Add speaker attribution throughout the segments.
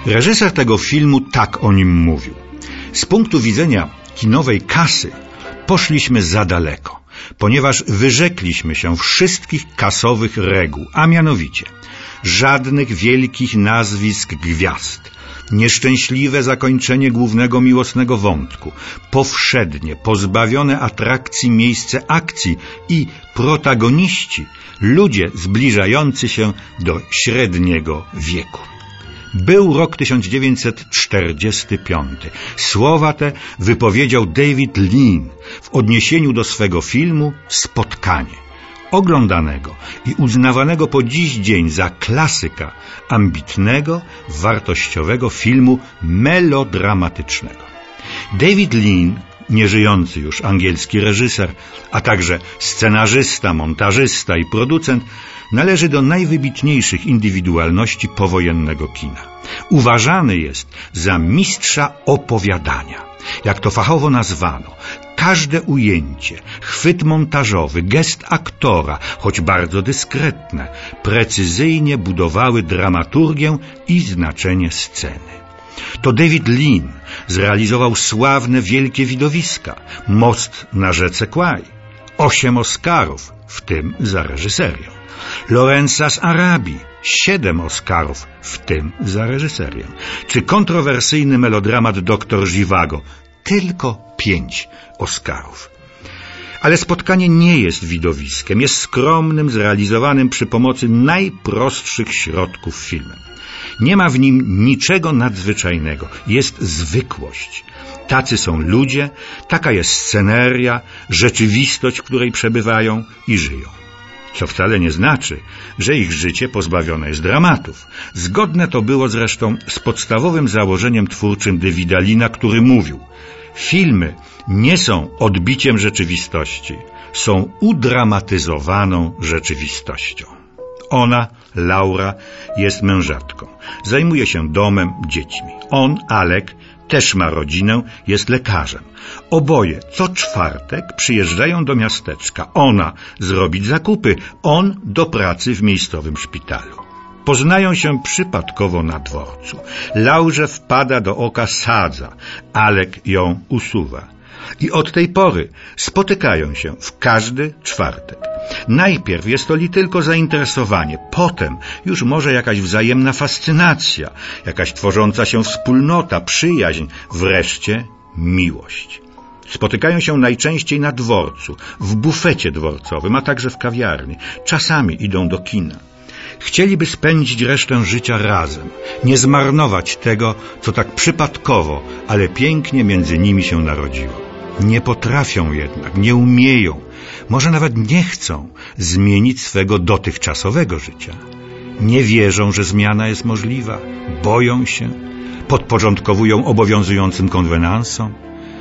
Speaker 1: Reżyser tego filmu tak o nim mówił: z punktu widzenia kinowej kasy poszliśmy za daleko, ponieważ wyrzekliśmy się wszystkich kasowych reguł, a mianowicie żadnych wielkich nazwisk gwiazd, nieszczęśliwe zakończenie głównego miłosnego wątku, powszednie, pozbawione atrakcji miejsce akcji i protagoniści, ludzie zbliżający się do średniego wieku. Był rok 1945. Słowa te wypowiedział David Lean w odniesieniu do swego filmu Spotkanie, oglądanego i uznawanego po dziś dzień za klasyka ambitnego, wartościowego filmu melodramatycznego. David Lean, nieżyjący już angielski reżyser, a także scenarzysta, montażysta i producent, należy do najwybitniejszych indywidualności powojennego kina. Uważany jest za mistrza opowiadania. Jak to fachowo nazwano, każde ujęcie, chwyt montażowy, gest aktora, choć bardzo dyskretne, precyzyjnie budowały dramaturgię i znaczenie sceny. To David Lean zrealizował sławne wielkie widowiska: Most na rzece Kwai, 8 Oscarów, w tym za reżyserię; Lorenza z Arabii, 7 Oscarów, w tym za reżyserię; czy kontrowersyjny melodramat Doktor Zhivago, tylko 5 Oscarów. Ale Spotkanie nie jest widowiskiem, jest skromnym, zrealizowanym przy pomocy najprostszych środków filmem. Nie ma w nim niczego nadzwyczajnego, jest zwykłość. Tacy są ludzie, taka jest sceneria, rzeczywistość, w której przebywają i żyją. Co wcale nie znaczy, że ich życie pozbawione jest dramatów. Zgodne to było zresztą z podstawowym założeniem twórczym Davida Leana, który mówił: filmy nie są odbiciem rzeczywistości, są udramatyzowaną rzeczywistością. Ona, Laura, jest mężatką, zajmuje się domem, dziećmi. On, Alek, też ma rodzinę, jest lekarzem. Oboje co czwartek przyjeżdżają do miasteczka. Ona zrobić zakupy, on do pracy w miejscowym szpitalu. Poznają się przypadkowo na dworcu. Laurze wpada do oka sadza, Alek ją usuwa. I od tej pory spotykają się w każdy czwartek. Najpierw jest to li tylko zainteresowanie, potem już może jakaś wzajemna fascynacja, jakaś tworząca się wspólnota, przyjaźń, wreszcie miłość. Spotykają się najczęściej na dworcu, w bufecie dworcowym, a także w kawiarni. Czasami idą do kina. Chcieliby spędzić resztę życia razem, nie zmarnować tego, co tak przypadkowo, ale pięknie między nimi się narodziło. Nie potrafią jednak, nie umieją, może nawet nie chcą zmienić swego dotychczasowego życia. Nie wierzą, że zmiana jest możliwa, boją się, podporządkowują obowiązującym konwenansom.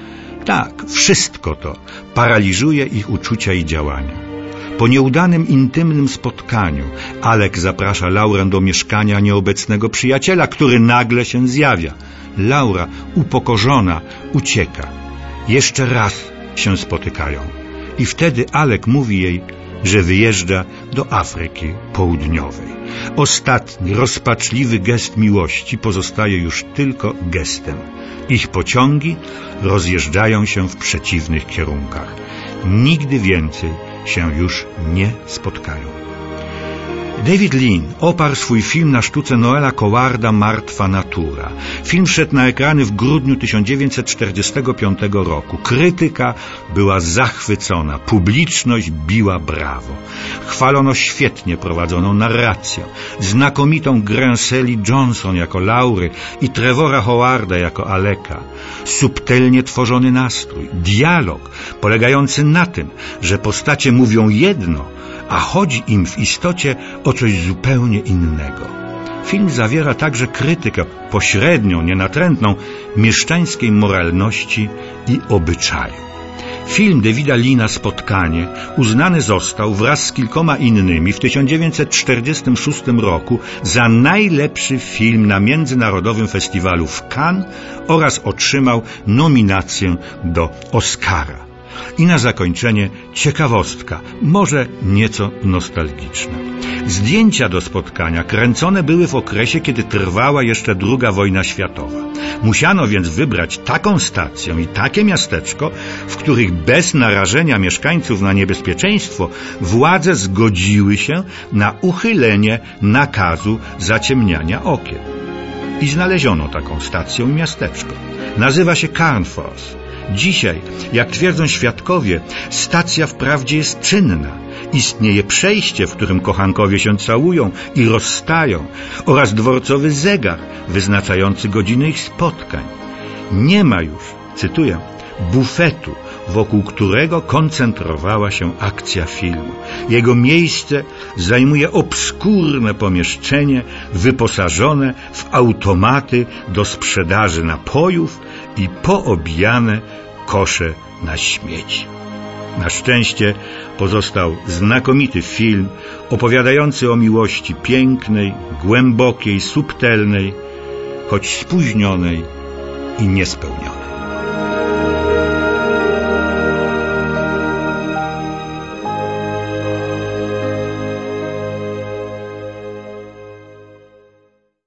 Speaker 1: Tak, wszystko to paraliżuje ich uczucia i działania. Po nieudanym, intymnym spotkaniu Alek zaprasza Laurę do mieszkania nieobecnego przyjaciela, który nagle się zjawia. Laura, upokorzona, ucieka. Jeszcze raz się spotykają i wtedy Alek mówi jej, że wyjeżdża do Afryki Południowej. Ostatni, rozpaczliwy gest miłości pozostaje już tylko gestem. Ich pociągi rozjeżdżają się w przeciwnych kierunkach. Nigdy więcej się już nie spotkają. David Lean oparł swój film na sztuce Noela Cowarda Martwa natura. Film wszedł na ekrany w grudniu 1945 roku. Krytyka była zachwycona, publiczność biła brawo. Chwalono świetnie prowadzoną narrację, znakomitą grę Sally Johnson jako Laury i Trevora Howarda jako Aleka, subtelnie tworzony nastrój, dialog polegający na tym, że postacie mówią jedno, a chodzi im w istocie o coś zupełnie innego. Film zawiera także krytykę pośrednią, nienatrętną, mieszczańskiej moralności i obyczaju. Film Davida Leana Spotkanie uznany został wraz z kilkoma innymi w 1946 roku za najlepszy film na Międzynarodowym Festiwalu w Cannes oraz otrzymał nominację do Oscara. I na zakończenie ciekawostka, może nieco nostalgiczna. Zdjęcia do spotkania kręcone były w okresie, kiedy trwała jeszcze II wojna światowa. Musiano więc wybrać taką stację i takie miasteczko, w których bez narażenia mieszkańców na niebezpieczeństwo władze zgodziły się na uchylenie nakazu zaciemniania okien. I znaleziono taką stację i miasteczko. Nazywa się Carnforth. Dzisiaj, jak twierdzą świadkowie, stacja wprawdzie jest czynna. Istnieje przejście, w którym kochankowie się całują i rozstają, oraz dworcowy zegar wyznaczający godziny ich spotkań. Nie ma już, cytuję, bufetu, wokół którego koncentrowała się akcja filmu. Jego miejsce zajmuje obskurne pomieszczenie wyposażone w automaty do sprzedaży napojów i poobijane kosze na śmieci. Na szczęście pozostał znakomity film opowiadający o miłości pięknej, głębokiej, subtelnej, choć spóźnionej i niespełnionej.